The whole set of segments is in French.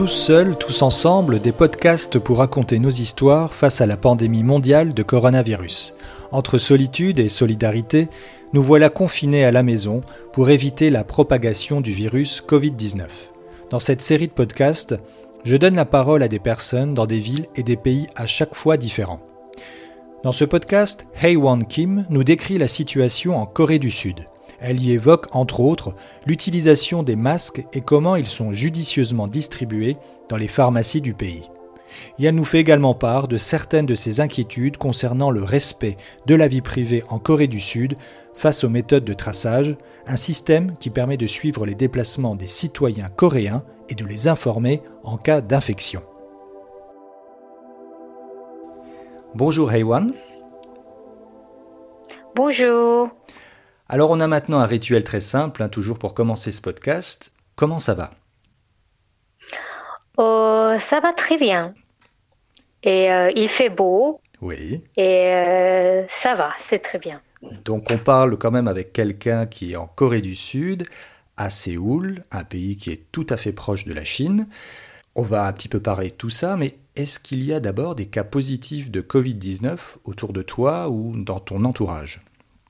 Tous seuls, tous ensemble, des podcasts pour raconter nos histoires face à la pandémie mondiale de coronavirus. Entre solitude et solidarité, nous voilà confinés à la maison pour éviter la propagation du virus Covid-19. Dans cette série de podcasts, je donne la parole à des personnes dans des villes et des pays à chaque fois différents. Dans ce podcast, Hae-won Kim nous décrit la situation en Corée du Sud. Elle y évoque, entre autres, l'utilisation des masques et comment ils sont judicieusement distribués dans les pharmacies du pays. Et elle nous fait également part de certaines de ses inquiétudes concernant le respect de la vie privée en Corée du Sud face aux méthodes de traçage, un système qui permet de suivre les déplacements des citoyens coréens et de les informer en cas d'infection. Bonjour Hae-won. Bonjour. Alors on a maintenant un rituel très simple, toujours pour commencer ce podcast. Comment ça va ? Ça va très bien. Et il fait beau. Oui. Et ça va, c'est très bien. Donc on parle quand même avec quelqu'un qui est en Corée du Sud, à Séoul, un pays qui est tout à fait proche de la Chine. On va un petit peu parler de tout ça, mais est-ce qu'il y a d'abord des cas positifs de Covid-19 autour de toi ou dans ton entourage ?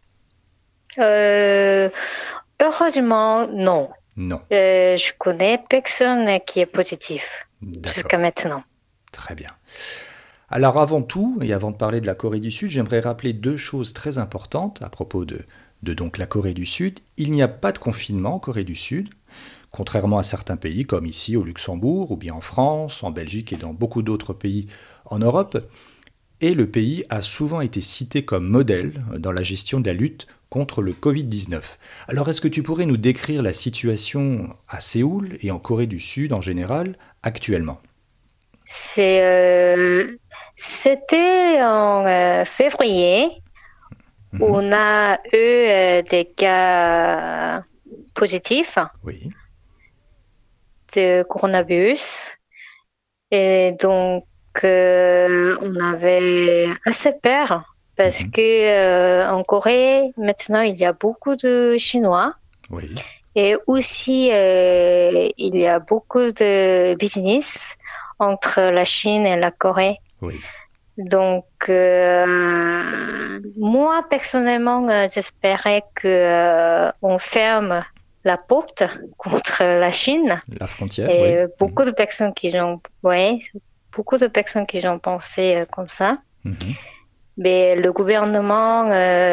Heureusement, non. Non. Je connais personne qui est positif jusqu'à maintenant. Très bien. Alors avant tout, et avant de parler de la Corée du Sud, j'aimerais rappeler deux choses très importantes à propos de donc la Corée du Sud. Il n'y a pas de confinement en Corée du Sud, contrairement à certains pays comme ici au Luxembourg, ou bien en France, en Belgique et dans beaucoup d'autres pays en Europe. Et le pays a souvent été cité comme modèle dans la gestion de la lutte contre le Covid-19. Alors est-ce que tu pourrais nous décrire la situation à Séoul et en Corée du Sud en général actuellement ? C'était en février où on a eu des cas positifs de coronavirus. Et donc, on avait assez peur parce que en Corée, maintenant, il y a beaucoup de Chinois. Oui. Et aussi, il y a beaucoup de business entre la Chine et la Corée. Oui. Donc, moi, personnellement, j'espérais qu'on ferme la porte contre la Chine. La frontière, et oui. beaucoup de personnes qui ont pensé comme ça. Mais le gouvernement,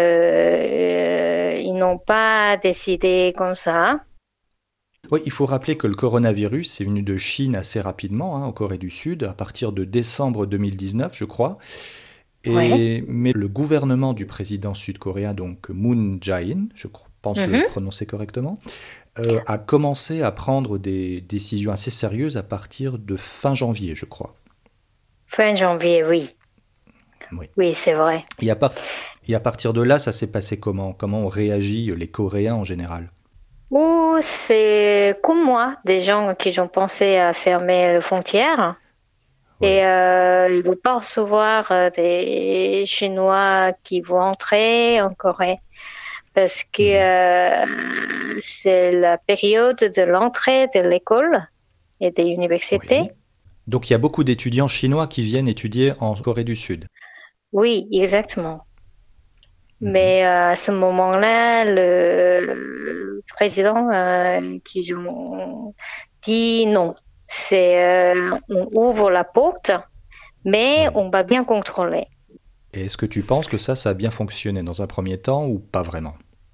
ils n'ont pas décidé comme ça. Oui, il faut rappeler que le coronavirus est venu de Chine assez rapidement, en Corée du Sud, à partir de décembre 2019, je crois. Mais le gouvernement du président sud-coréen, donc Moon Jae-in, je pense le prononcer correctement, a commencé à prendre des décisions assez sérieuses à partir de fin janvier, je crois. Fin janvier, oui. Oui, c'est vrai. Et à partir de là, ça s'est passé comment ? Comment ont réagi les Coréens en général ? C'est comme moi, des gens qui ont pensé à fermer les frontières. Et ils ne vont pas recevoir des Chinois qui vont entrer en Corée. Parce que c'est la période de l'entrée de l'école et des universités. Oui. Donc il y a beaucoup d'étudiants chinois qui viennent étudier en Corée du Sud. Oui, exactement. Mais à ce moment-là, le président qui ont dit non. On ouvre la porte, mais on va bien contrôler. Et est-ce que tu penses que ça a bien fonctionné dans un premier temps ou pas vraiment ?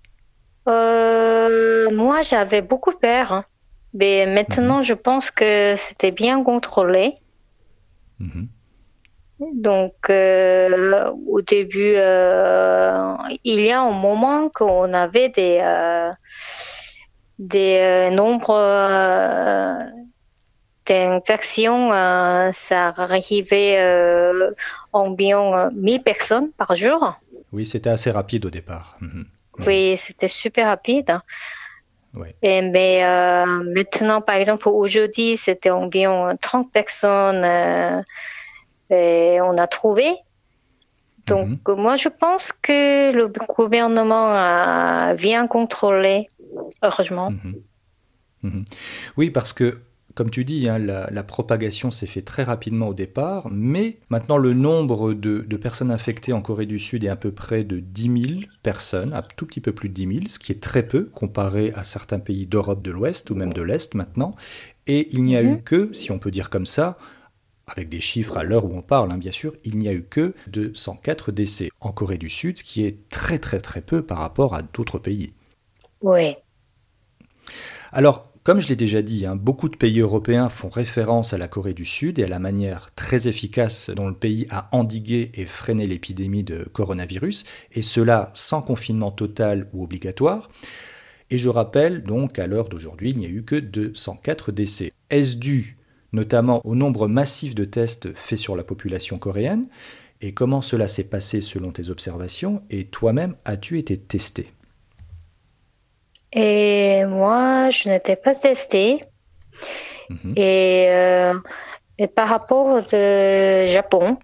Moi, j'avais beaucoup peur. Mais maintenant, je pense que c'était bien contrôlé. Donc, au début, il y a un moment qu'on avait des nombres d'infections. Ça arrivait environ 1000 personnes par jour. Oui, c'était assez rapide au départ. Oui, c'était super rapide. Oui. Mais maintenant, par exemple, aujourd'hui, c'était environ 30 personnes. Et on a trouvé. Donc, moi, je pense que le gouvernement a bien contrôlé, heureusement. Oui, parce que comme tu dis, hein, la propagation s'est fait très rapidement au départ, mais maintenant le nombre de personnes infectées en Corée du Sud est à peu près de 10 000 personnes, un tout petit peu plus de 10 000, ce qui est très peu comparé à certains pays d'Europe de l'Ouest ou même de l'Est maintenant. Et il n'y a eu que, si on peut dire comme ça, avec des chiffres à l'heure où on parle, hein, bien sûr, il n'y a eu que 204 décès en Corée du Sud, ce qui est très très très peu par rapport à d'autres pays. Oui. Alors, comme je l'ai déjà dit, hein, beaucoup de pays européens font référence à la Corée du Sud et à la manière très efficace dont le pays a endigué et freiné l'épidémie de coronavirus, et cela sans confinement total ou obligatoire. Et je rappelle donc, à l'heure d'aujourd'hui, il n'y a eu que 204 décès. Est-ce dû notamment au nombre massif de tests faits sur la population coréenne? Et comment cela s'est passé selon tes observations? Et toi-même, as-tu été testé? Et moi, je n'étais pas testée. Mhm. Et par rapport au Japon,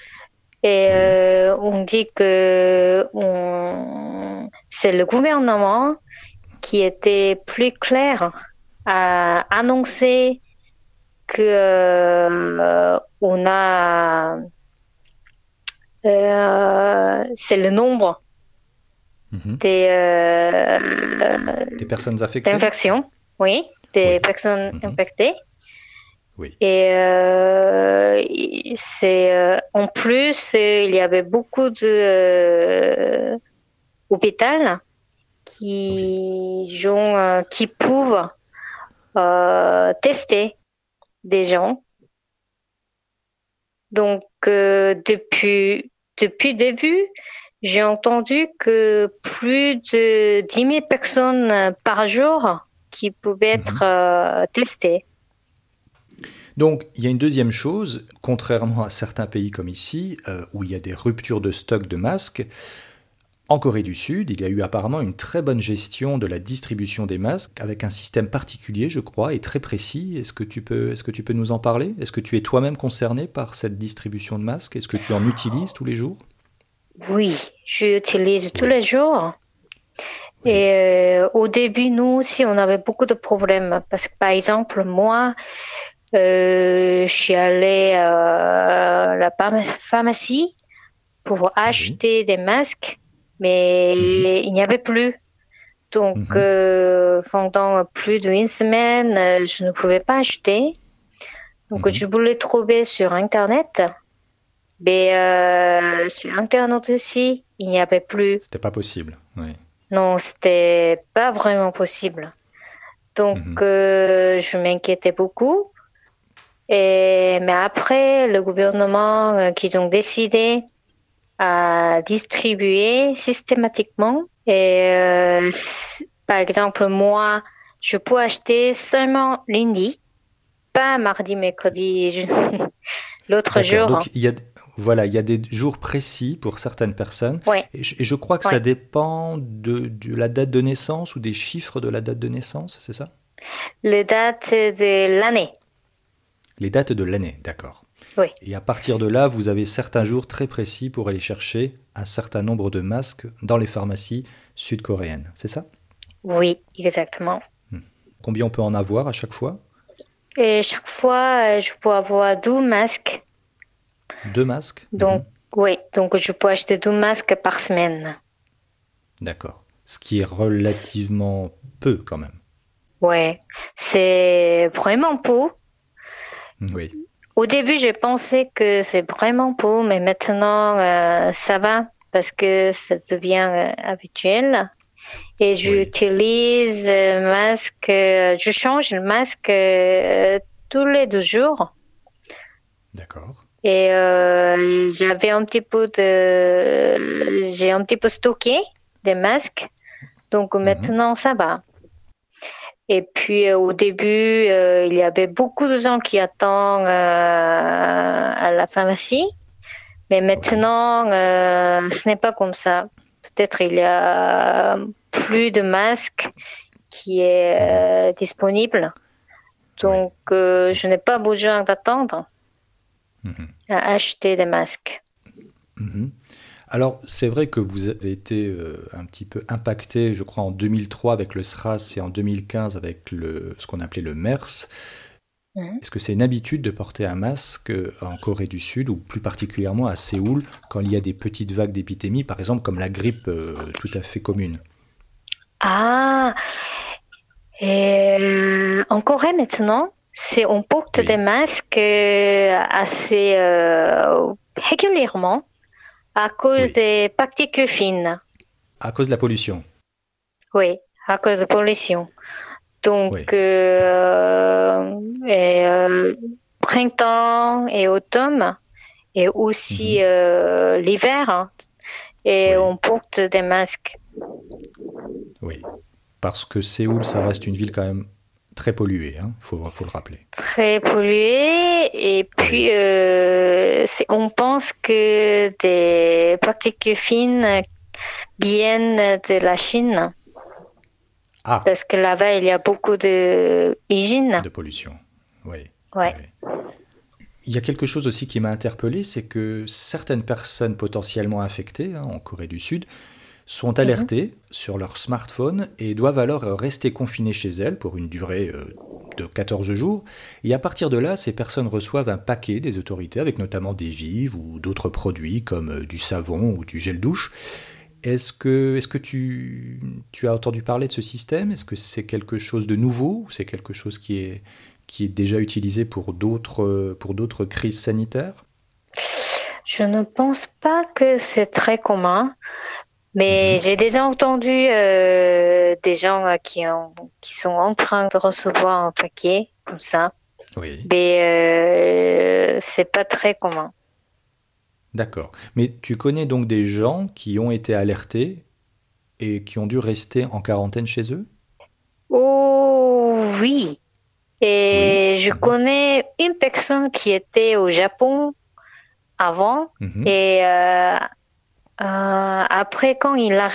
on dit que c'est le gouvernement qui était plus clair à annoncer que c'est le nombre des personnes affectées, d'infections, oui, des personnes infectées. Oui. Et en plus, il y avait beaucoup de hôpitaux qui peuvent tester des gens. Donc, depuis le début, j'ai entendu que plus de 10 000 personnes par jour qui pouvaient être testées. Donc, il y a une deuxième chose, contrairement à certains pays comme ici, où il y a des ruptures de stock de masques, en Corée du Sud, il y a eu apparemment une très bonne gestion de la distribution des masques, avec un système particulier, je crois, et très précis. Est-ce que tu peux nous en parler? Est-ce que tu es toi-même concerné par cette distribution de masques? Est-ce que tu en utilises tous les jours? Oui, j'utilise tous les jours. Oui. Et au début, nous aussi, on avait beaucoup de problèmes. Parce que, par exemple, moi, je suis allée à la pharmacie pour acheter des masques, mais il n'y avait plus. Donc, pendant plus d'une semaine, je ne pouvais pas acheter. Donc, je voulais trouver sur Internet. Mais sur Internet aussi, il n'y avait plus. C'était pas possible, oui. Non, c'était pas vraiment possible. Donc, je m'inquiétais beaucoup. Mais après, le gouvernement qu'ils ont décidé à distribuer systématiquement. Et par exemple, moi, je peux acheter seulement lundi, pas mardi, mercredi, l'autre jour. Donc, il y a des jours précis pour certaines personnes. Ouais. Et je crois que ça dépend de la date de naissance ou des chiffres de la date de naissance, c'est ça? Les dates de l'année. Les dates de l'année, d'accord. Oui. Et à partir de là, vous avez certains jours très précis pour aller chercher un certain nombre de masques dans les pharmacies sud-coréennes, c'est ça? Oui, exactement. Combien on peut en avoir à chaque fois? Et chaque fois, je peux avoir 12 masques. 2 masques? Donc, oui, donc je peux acheter 12 masques par semaine. D'accord. Ce qui est relativement peu quand même. Ouais, c'est vraiment peu. Oui. Au début, j'ai pensé que c'est vraiment peu, mais maintenant, ça va parce que ça devient habituel. Et j'utilise le masque, je change le masque tous les 2 jours. D'accord. Et j'ai un petit peu stocké des masques, donc maintenant ça va. Et puis au début, il y avait beaucoup de gens qui attendent à la pharmacie, mais maintenant ce n'est pas comme ça. Peut-être il y a plus de masques qui est disponible, donc je n'ai pas besoin d'attendre à acheter des masques. Alors, c'est vrai que vous avez été un petit peu impacté, je crois, en 2003 avec le SRAS et en 2015 avec ce qu'on appelait le MERS. Mhm. Est-ce que c'est une habitude de porter un masque en Corée du Sud ou plus particulièrement à Séoul quand il y a des petites vagues d'épidémie, par exemple comme la grippe tout à fait commune? Ah, et en Corée maintenant, on porte des Oui, masques assez régulièrement à cause oui, des particules fines. à cause de la pollution. Oui, à cause de pollution. Donc, Oui. et, printemps et automne, et aussi Mhm. l'hiver, hein, et Oui, on porte des masques oui. Parce que Séoul, ça reste une ville quand même très polluée, hein, faut le rappeler. très pollués, et puis Oui. on pense que des particules fines viennent de la Chine, Ah, parce que là-bas, il y a beaucoup de hygiène. de pollution. Oui, Ouais. oui. Il y a quelque chose aussi qui m'a interpellé, c'est que certaines personnes potentiellement infectées en Corée du Sud sont Mhm. alertées sur leur smartphone et doivent alors rester confinées chez elles pour une durée de 14 jours. Et à partir de là, ces personnes reçoivent un paquet des autorités avec notamment des vives ou d'autres produits comme du savon ou du gel douche. Est-ce que tu as entendu parler de ce système? Est-ce que c'est quelque chose de nouveau ou c'est quelque chose qui est déjà utilisé pour d'autres crises sanitaires? Je ne pense pas que c'est très commun, mais Mhm. j'ai déjà entendu des gens qui sont en train de recevoir un paquet comme ça, Oui, mais c'est pas très commun. d'accord. Mais tu connais donc des gens qui ont été alertés et qui ont dû rester en quarantaine chez eux? Oh oui, Oui. et je Mhm. connais une personne qui était au Japon avant, Mhm. et après quand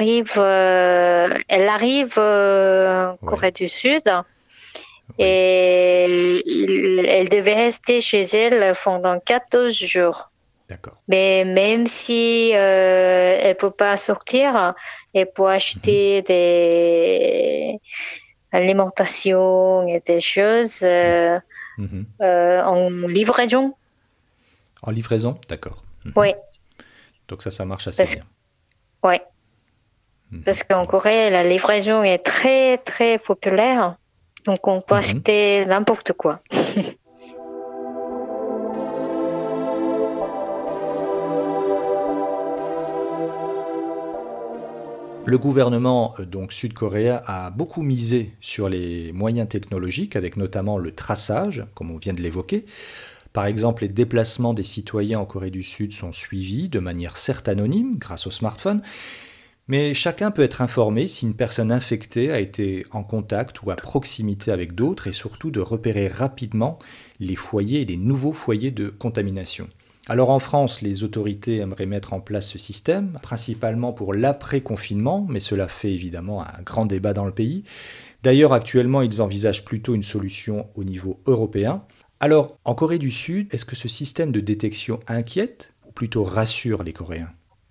elle arrive en Oui, Corée du Sud. oui. Et elle devait rester chez elle pendant 14 jours. D'accord. Mais même si elle peut pas sortir, elle peut Mhm. acheter des alimentations et des choses Mhm. en livraison. En livraison? D'accord. Mhm. Oui, Donc ça marche assez parce, bien. ouais, Mhm. parce qu'en Corée, la livraison est très très populaire. Donc on peut Mhm. acheter n'importe quoi. Le gouvernement donc sud-coréen a beaucoup misé sur les moyens technologiques, avec notamment le traçage, comme on vient de l'évoquer. Par exemple, les déplacements des citoyens en Corée du Sud sont suivis de manière certes anonyme grâce au smartphone, mais chacun peut être informé si une personne infectée a été en contact ou à proximité avec d'autres et surtout de repérer rapidement les foyers et les nouveaux foyers de contamination. Alors en France, les autorités aimeraient mettre en place ce système, principalement pour l'après-confinement, mais cela fait évidemment un grand débat dans le pays. D'ailleurs, actuellement, ils envisagent plutôt une solution au niveau européen. Alors, en Corée du Sud, est-ce que ce système de détection inquiète ou plutôt rassure les Coréens?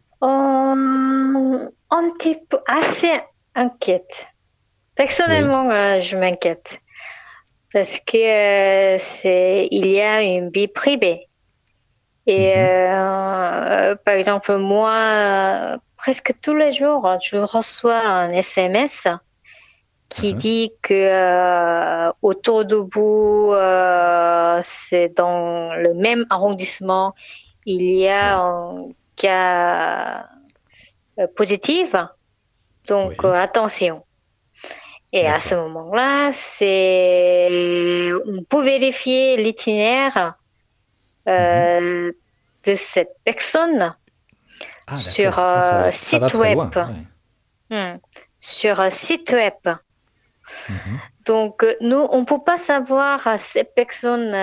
Un petit peu, assez inquiète. Oui. Personnellement, je m'inquiète parce que il y a une vie privée. Et Mhm. par exemple, moi, presque tous les jours, je reçois un SMS qui Mhm. dit que autour de vous, c'est dans le même arrondissement, il y a Oui. un cas positif. Donc, Oui. attention. Et à ce D'accord. moment-là, on peut vérifier l'itinéraire Mhm. euh, de cette personne Ah, sur d'accord. Ah, ça va site très web. loin. Ouais. Hmm. Sur site web. Mhm. Donc, nous, on peut pas savoir ces personnes,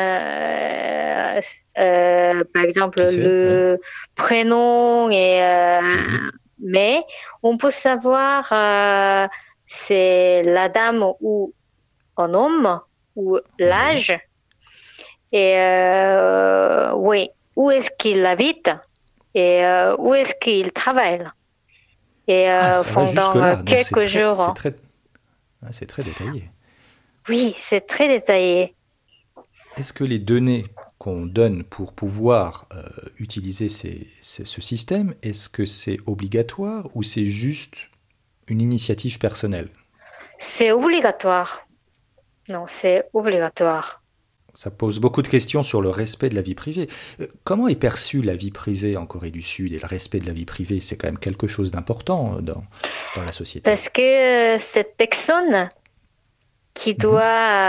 par exemple, Qui c'est? Oui. le prénom, Mhm. mais on peut savoir c'est la dame ou un homme ou Oui. l'âge et oui, où est-ce qu'il habite et où est-ce qu'il travaille. Et Ah, ça va pendant jusque-là. Donc quelques jours, c'est très détaillé. oui, c'est très détaillé. est-ce que les données qu'on donne pour pouvoir utiliser ce système, est-ce que c'est obligatoire ou c'est juste une initiative personnelle? C'est obligatoire. Non, c'est obligatoire. Ça pose beaucoup de questions sur le respect de la vie privée. Comment est perçue la vie privée en Corée du Sud et le respect de la vie privée, c'est quand même quelque chose d'important dans la société. Parce que cette personne qui doit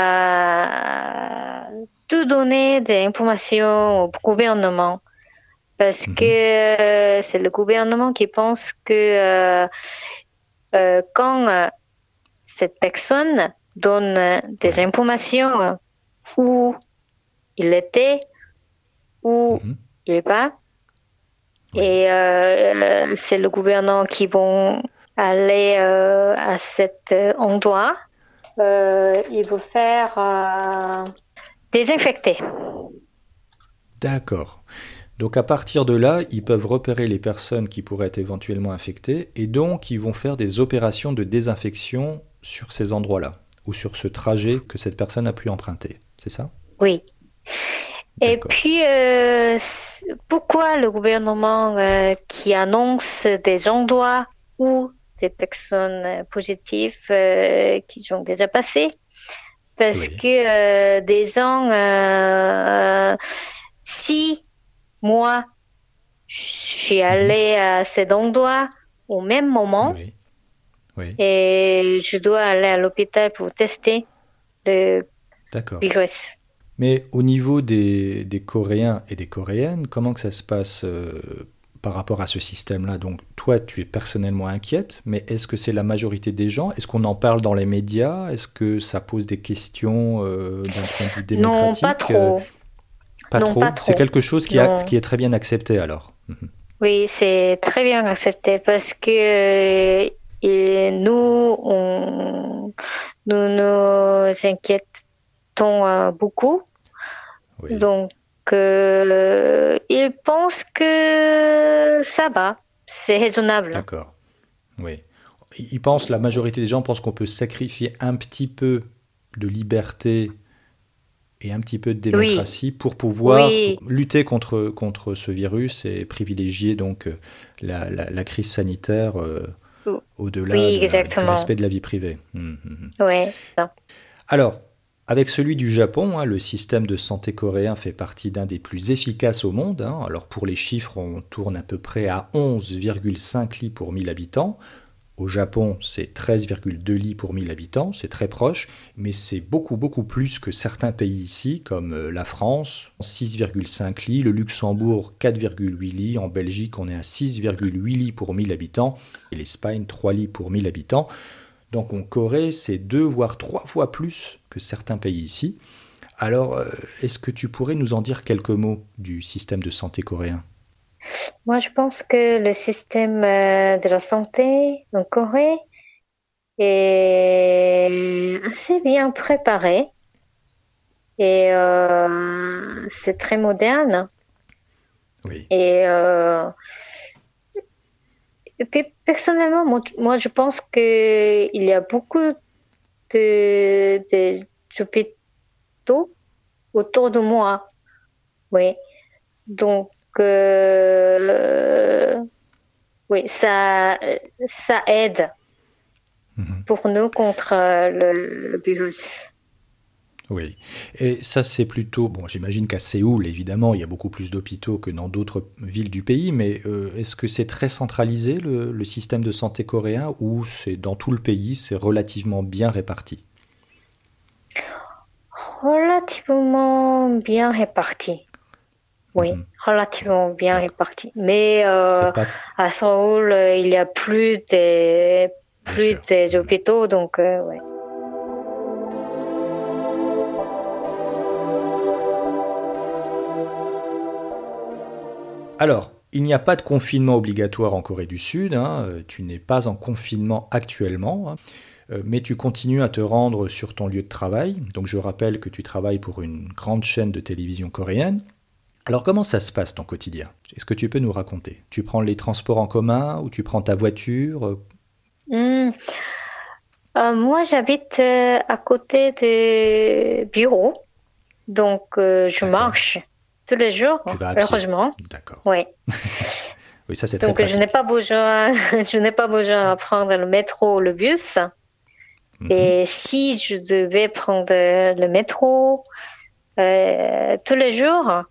tout donner des informations au gouvernement, parce que c'est le gouvernement qui pense que quand cette personne donne des informations où il était, où il va, et c'est le gouvernement qui vont aller à cet endroit. Il faut faire désinfecter. D'accord. Donc à partir de là, ils peuvent repérer les personnes qui pourraient être éventuellement infectées et donc ils vont faire des opérations de désinfection sur ces endroits-là ou sur ce trajet que cette personne a pu emprunter. C'est ça? Oui. Et D'accord. puis, pourquoi le gouvernement qui annonce des endroits où des personnes positives qui ont déjà passé? Parce que des gens, si moi, je suis allée à cet endroit au même moment et je dois aller à l'hôpital pour tester le virus. Mais au niveau des Coréens et des Coréennes, comment que ça se passe par rapport à ce système-là? Donc toi, tu es personnellement inquiète, mais est-ce que c'est la majorité des gens? Est-ce qu'on en parle dans les médias? Est-ce que ça pose des questions d'un point de vue démocratique? Non, pas trop. Pas trop. C'est quelque chose qui est très bien accepté alors. Oui, c'est très bien accepté parce que nous nous inquiétons beaucoup. Oui. Donc, ils pensent que ça va, c'est raisonnable. D'accord. Oui. La majorité des gens pensent qu'on peut sacrifier un petit peu de liberté et un petit peu de démocratie pour pouvoir lutter contre ce virus et privilégier donc la crise sanitaire au-delà du respect de la vie privée. Oui. Alors, avec celui du Japon, le système de santé coréen fait partie d'un des plus efficaces au monde. Alors pour les chiffres, on tourne à peu près à 11,5 lits pour 1000 habitants. Au Japon, c'est 13,2 lits pour 1000 habitants, c'est très proche, mais c'est beaucoup, beaucoup plus que certains pays ici, comme la France, 6,5 lits, le Luxembourg, 4,8 lits, en Belgique, on est à 6,8 lits pour 1000 habitants, et l'Espagne, 3 lits pour 1000 habitants. Donc en Corée, c'est 2 voire 3 fois plus que certains pays ici. Alors, est-ce que tu pourrais nous en dire quelques mots du système de santé coréen ? Moi, je pense que le système de la santé en Corée est assez bien préparé et c'est très moderne. Oui. Et puis, personnellement, moi, je pense qu'il y a beaucoup d'hôpitaux autour de moi. Oui. Donc, oui, ça aide pour nous contre le virus. Oui, et ça c'est plutôt, bon j'imagine qu'à Séoul évidemment il y a beaucoup plus d'hôpitaux que dans d'autres villes du pays, mais est-ce que c'est très centralisé le système de santé coréen ou c'est dans tout le pays, c'est relativement bien réparti? Relativement bien réparti. Oui, relativement bien réparti. Mais à Séoul, il y a plus des hôpitaux, donc ouais. Alors, il n'y a pas de confinement obligatoire en Corée du Sud, tu n'es pas en confinement actuellement, mais tu continues à te rendre sur ton lieu de travail. Donc je rappelle que tu travailles pour une grande chaîne de télévision coréenne. Alors comment ça se passe ton quotidien? Est-ce que tu peux nous raconter? Tu prends les transports en commun ou tu prends ta voiture? Moi, j'habite à côté des bureaux. Donc, je marche tous les jours, Tu vas à pied. heureusement. D'accord. Oui. Oui, ça c'est très Donc, pratique. je n'ai pas besoin de prendre le métro ou le bus. Et si je devais prendre le métro tous les jours,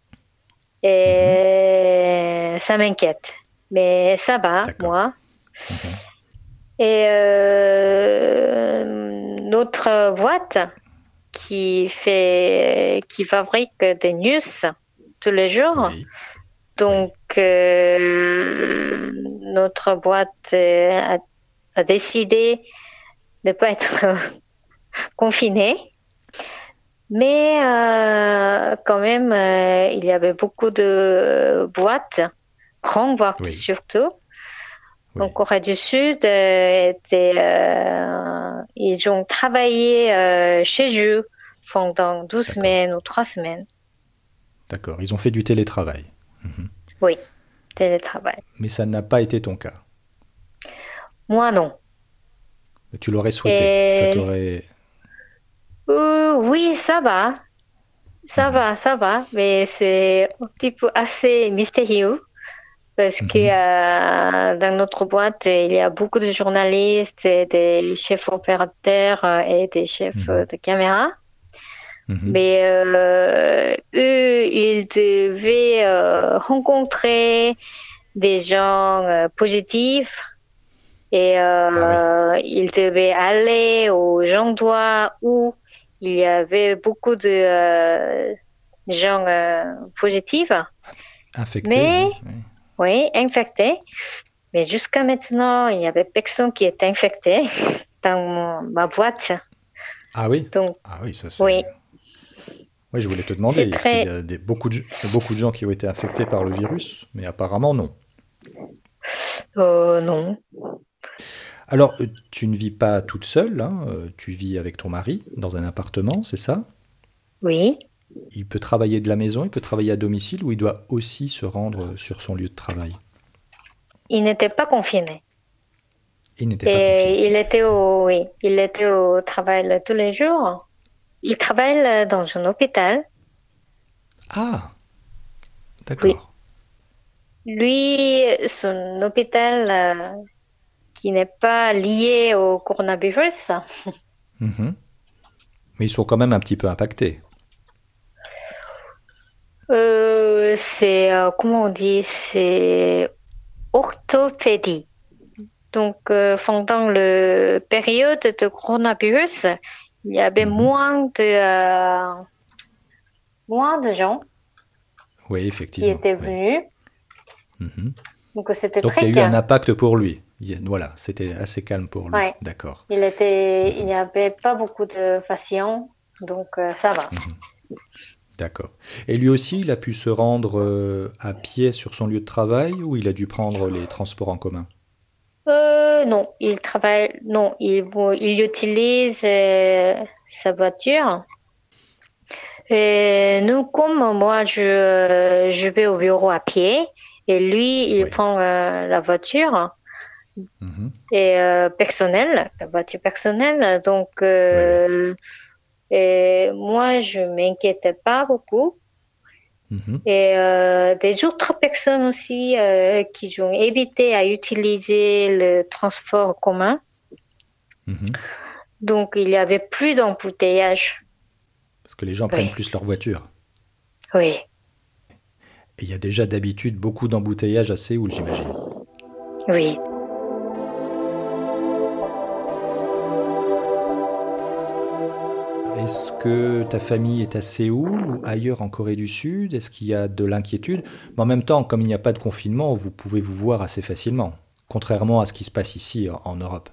ça m'inquiète. Mais ça va, moi. Et notre boîte qui fabrique des news tous les jours. Oui. Donc, notre boîte a décidé de ne pas être confinée. Mais quand même, il y avait beaucoup de boîtes, grandes boîtes surtout. Oui. En Corée du Sud, ils ont travaillé chez eux pendant 12 semaines ou 3 semaines. D'accord, ils ont fait du télétravail. Oui, télétravail. Mais ça n'a pas été ton cas. Moi, non. Tu l'aurais souhaité. Ça t'aurait... Oui, ça va. Ça va. Mais c'est un petit peu assez mystérieux. Parce que dans notre boîte, il y a beaucoup de journalistes, et des chefs opérateurs et des chefs de caméra. Mais eux, ils devaient rencontrer des gens positifs et ils devaient aller aux endroits où il y avait beaucoup de gens positifs. Infectés. Mais oui, infectés. Mais jusqu'à maintenant, il n'y avait personne qui était infecté dans ma boîte. Ah oui? Donc, ça c'est... Oui. Oui, je voulais te demander, est-ce qu'il y a beaucoup de gens qui ont été infectés par le virus? Mais apparemment, non. Non. Alors, tu ne vis pas toute seule, hein, tu vis avec ton mari dans un appartement, c'est ça? Oui. Il peut travailler de la maison, il peut travailler à domicile ou il doit aussi se rendre sur son lieu de travail? Il n'était pas confiné. Il n'était pas confiné. Il était au travail tous les jours. Il travaille dans un hôpital. Ah, d'accord. Oui. Lui, son hôpital qui n'est pas lié au coronavirus. Mais ils sont quand même un petit peu impactés. Comment on dit, c'est orthopédie. Donc, pendant la période de coronavirus, il y avait moins de gens Oui, qui effectivement. étaient venus. Donc, c'était Donc, très il y a eu calme. un impact pour lui. Voilà, c'était assez calme pour lui. Ouais. D'accord. Il n'y avait pas beaucoup de patients, donc ça va. D'accord. Et lui aussi, il a pu se rendre à pied sur son lieu de travail ou il a dû prendre les transports en commun? Non, il utilise sa voiture. Et nous, comme moi, je vais au bureau à pied, et lui, il prend la voiture et la voiture personnelle. Donc, et moi, je m'inquiétais pas beaucoup. Et des autres personnes aussi qui ont évité à utiliser le transport commun. Donc, il y avait plus d'embouteillage. Parce que les gens prennent plus leur voiture. Oui. Et il y a déjà d'habitude beaucoup d'embouteillages à Séoul, j'imagine. Oui. Est-ce que ta famille est à Séoul ou ailleurs en Corée du Sud? Est-ce qu'il y a de l'inquiétude? Mais en même temps, comme il n'y a pas de confinement, vous pouvez vous voir assez facilement, contrairement à ce qui se passe ici en Europe.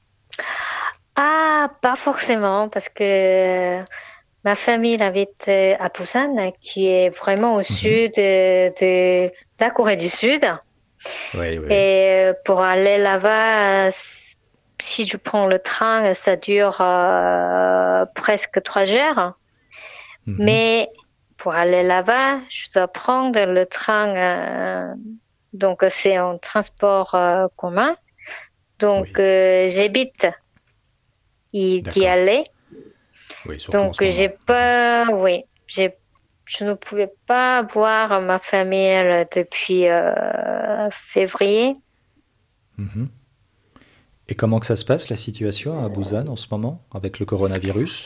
Ah, pas forcément, parce que ma famille habite à Busan, qui est vraiment au sud de la Corée du Sud. Oui. Et pour aller là-bas, si je prends le train, ça dure presque 3 heures. Mais pour aller là-bas, je dois prendre le train. Donc, c'est un transport commun. Donc, j'évite d'y aller. Oui, surtout en Donc, ce moment. j'ai pas, je ne pouvais pas voir ma famille depuis février. Mhm. Et comment que ça se passe, la situation à Busan en ce moment, avec le coronavirus?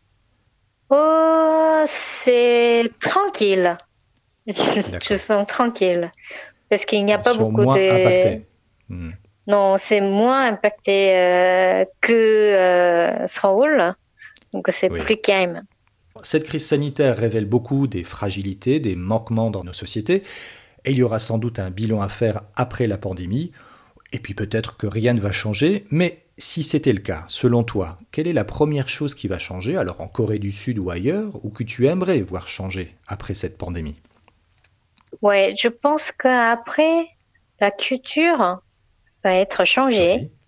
Oh, c'est tranquille. Je D'accord. sens tranquille. Parce qu'il n'y a Ils pas sont beaucoup moins de... impactés. Hmm. Non, c'est moins impacté que Seoul. Donc c'est Oui. plus calme. Cette crise sanitaire révèle beaucoup des fragilités, des manquements dans nos sociétés, et il y aura sans doute un bilan à faire après la pandémie, et puis peut-être que rien ne va changer, mais si c'était le cas, selon toi, quelle est la première chose qui va changer, alors en Corée du Sud ou ailleurs, ou que tu aimerais voir changer après cette pandémie? Ouais, je pense qu'après, la culture va être changée. Oui,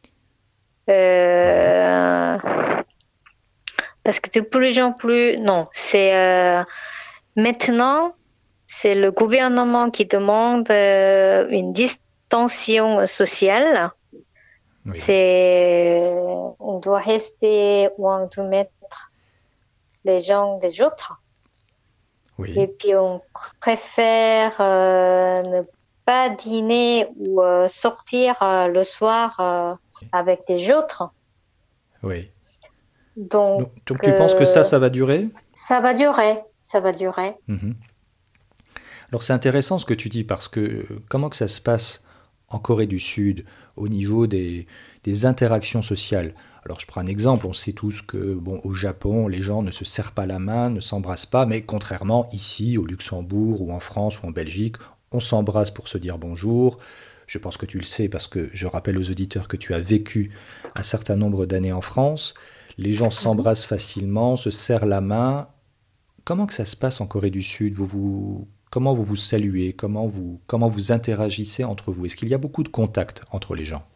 oui, Euh, parce que de plus en plus, non, c'est maintenant, c'est le gouvernement qui demande une distanciation sociale. oui, C'est, on doit rester ou on doit mettre les gens des autres. Et oui, puis on préfère ne pas dîner ou sortir le soir avec des autres. oui. Donc Donc tu penses que ça va durer? ça va durer, ça va durer. Mhm. Alors c'est intéressant ce que tu dis parce que comment que ça se passe en Corée du Sud au niveau des interactions sociales? Alors je prends un exemple, on sait tous que bon au Japon les gens ne se serrent pas la main, ne s'embrassent pas, mais contrairement ici au Luxembourg ou en France ou en Belgique, on s'embrasse pour se dire bonjour. Je pense que tu le sais parce que je rappelle aux auditeurs que tu as vécu un certain nombre d'années en France. Les gens Mhm. s'embrassent facilement, se serrent la main. Comment que ça se passe en Corée du Sud? Comment vous vous saluez? Comment vous interagissez entre vous? Est-ce qu'il y a beaucoup de contact entre les gens?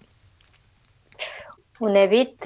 On évite,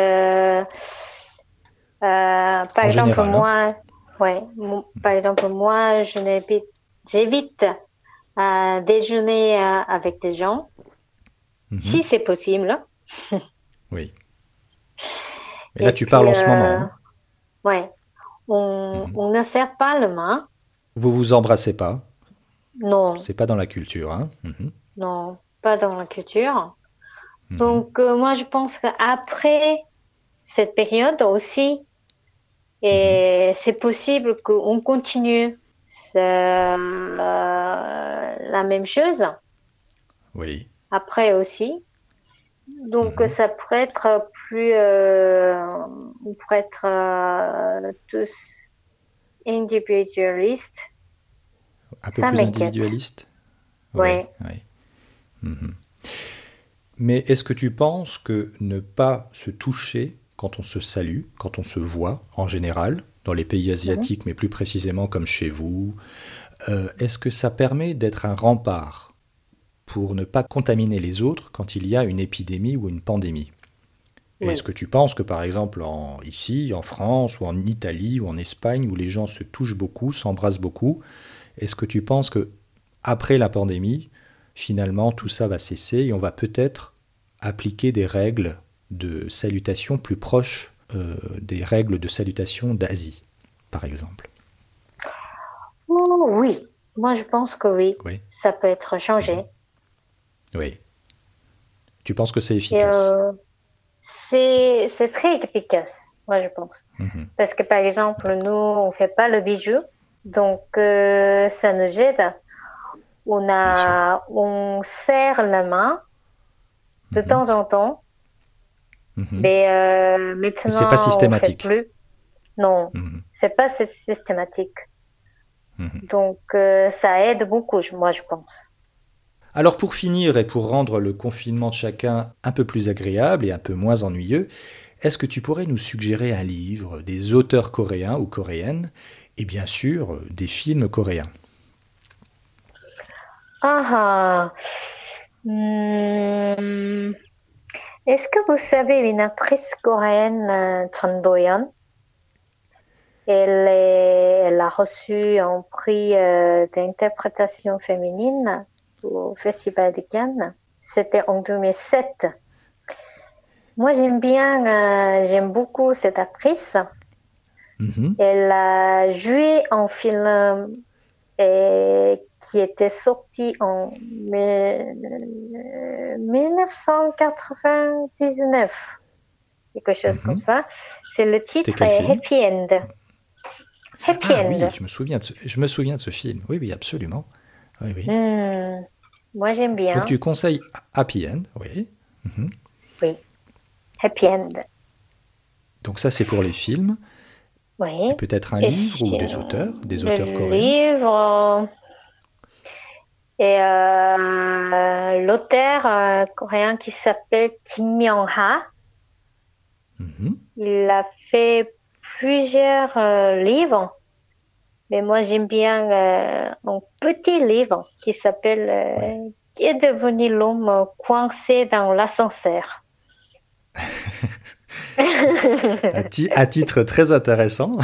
par En exemple général, hein? moi, ouais, par exemple moi, j'évite à déjeuner avec des gens, si Mhm. c'est possible. Oui. Mais là, Et tu puis, parles en ce moment, hein? ouais, Mhm. on ne serre pas la main. Vous vous embrassez pas. Non, C'est pas dans la culture, hein? Mhm. non, pas dans la culture. Mhm. Donc, moi, je pense qu'après cette période aussi, Mhm. et c'est possible qu'on continue la même chose Oui. après aussi. Donc, Mhm. ça pourrait être on pourrait être tous individualistes. Un peu Ça plus m'inquiète. individualiste? Oui, Ouais. oui. Mhm. Mais est-ce que tu penses que ne pas se toucher quand on se salue, quand on se voit en général, dans les pays Mhm. asiatiques, mais plus précisément comme chez vous, est-ce que ça permet d'être un rempart pour ne pas contaminer les autres quand il y a une épidémie ou une pandémie? Et est-ce Oui. que tu penses que par exemple ici, en France ou en Italie ou en Espagne, où les gens se touchent beaucoup, s'embrassent beaucoup, est-ce que tu penses que après la pandémie, finalement, tout ça va cesser et on va peut-être appliquer des règles de salutation plus proches des règles de salutation d'Asie, par exemple? Oh, oui. Moi, je pense que oui. Oui. Ça peut être changé. Mhm. Oui. Tu penses que c'est Et efficace? c'est très efficace, moi, je pense. Mhm. Parce que, par exemple, nous, D'accord. on fait pas le bijou. Donc, ça nous aide. Bien sûr. On serre la main de Mhm. temps en temps. Mhm. Mais Mais c'est pas maintenant, on fait systématique. plus. Non, Mhm. c'est pas systématique. Mhm. Donc, ça aide beaucoup, moi, je pense. Alors pour finir et pour rendre le confinement de chacun un peu plus agréable et un peu moins ennuyeux, est-ce que tu pourrais nous suggérer un livre, des auteurs coréens ou coréennes, et bien sûr des films coréens? Ah, ah. Hmm. Est-ce que vous savez une actrice coréenne, Chun Do-yeon? Elle a reçu un prix d'interprétation féminine au Festival de Cannes. C'était en 2007. Moi, j'aime beaucoup cette actrice. Elle a joué en film qui était sorti en 1999, quelque chose comme ça. C'est le titre Happy End. Happy End. Oui, je me souviens de ce film. Oui, absolument. Oui. Moi, j'aime bien. Donc, tu conseilles Happy End, oui. Oui, Happy End. Donc, ça, c'est pour les films. Oui. Et peut-être un livre ou des auteurs coréens. Livre. Et l'auteur coréen qui s'appelle Kim Myung-ha. Il a fait plusieurs livres. Mais moi, j'aime bien un petit livre qui s'appelle Qui est devenu l'homme coincé dans l'ascenseur. À titre très intéressant.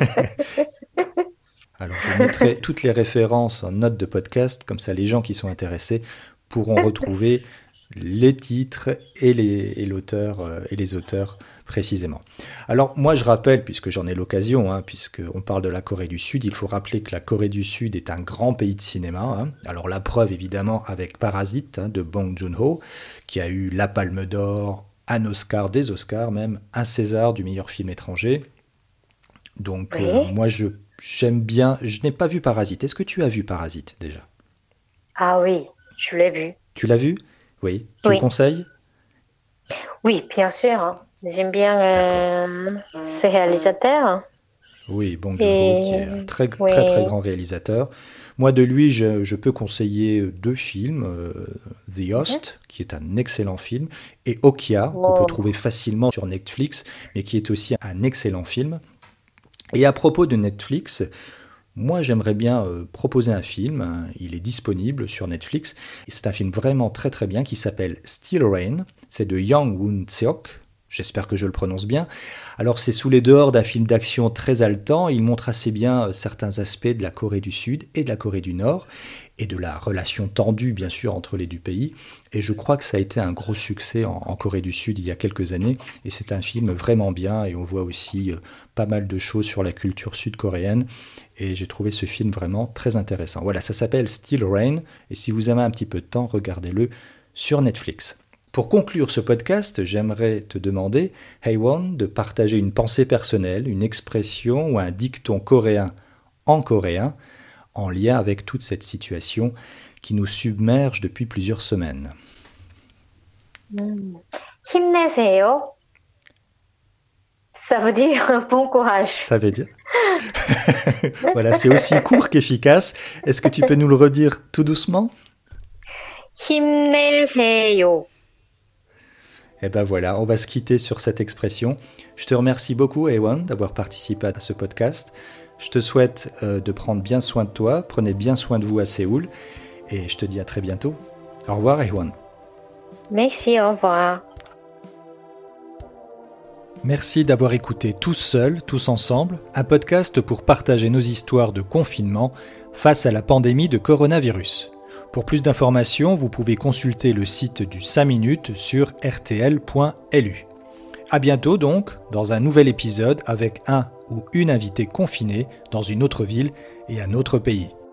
Alors, je mettrai toutes les références en note de podcast, comme ça les gens qui sont intéressés pourront retrouver les titres et l'auteur et les auteurs précisément. Alors moi je rappelle, puisque j'en ai l'occasion, puisqu'on parle de la Corée du Sud, il faut rappeler que la Corée du Sud est un grand pays de cinéma. Alors la preuve évidemment avec Parasite de Bong Joon-ho, qui a eu la Palme d'Or, un Oscar, des Oscars même, un César du meilleur film étranger. Donc moi j'aime bien, je n'ai pas vu Parasite. Est-ce que tu as vu Parasite déjà ? Ah oui, je l'ai vu. Tu l'as vu ? Oui. Tu le conseilles ? Oui, bien sûr. J'aime bien ces réalisateurs. Oui, Bong Joon-ho, qui est un très grand réalisateur. Moi, de lui, je peux conseiller 2 films. The Host, qui est un excellent film, et Okja, qu'on peut trouver facilement sur Netflix, mais qui est aussi un excellent film. Et à propos de Netflix, moi, j'aimerais bien proposer un film. Il est disponible sur Netflix. Et c'est un film vraiment très très bien qui s'appelle Still Rain. C'est de Yang Woon-seok. J'espère que je le prononce bien. Alors, c'est sous les dehors d'un film d'action très haletant. Il montre assez bien certains aspects de la Corée du Sud et de la Corée du Nord, et de la relation tendue, bien sûr, entre les deux pays. Et je crois que ça a été un gros succès en Corée du Sud il y a quelques années. Et c'est un film vraiment bien, et on voit aussi pas mal de choses sur la culture sud-coréenne. Et j'ai trouvé ce film vraiment très intéressant. Voilà, ça s'appelle Still Rain. Et si vous avez un petit peu de temps, regardez-le sur Netflix. Pour conclure ce podcast, j'aimerais te demander, Haewon, de partager une pensée personnelle, une expression ou un dicton coréen en coréen en lien avec toute cette situation qui nous submerge depuis plusieurs semaines. 힘내세요. Ça veut dire bon courage. Ça veut dire. Voilà, c'est aussi court qu'efficace. Est-ce que tu peux nous le redire tout doucement ? 힘내세요. Et ben voilà, on va se quitter sur cette expression. Je te remercie beaucoup, Haewon, d'avoir participé à ce podcast. Je te souhaite de prendre bien soin de toi. Prenez bien soin de vous à Séoul. Et je te dis à très bientôt. Au revoir, Haewon. Merci, au revoir. Merci d'avoir écouté Tous seuls, tous ensemble, un podcast pour partager nos histoires de confinement face à la pandémie de coronavirus. Pour plus d'informations, vous pouvez consulter le site du 5 minutes sur rtl.lu. À bientôt donc, dans un nouvel épisode avec un ou une invitée confinée dans une autre ville et un autre pays.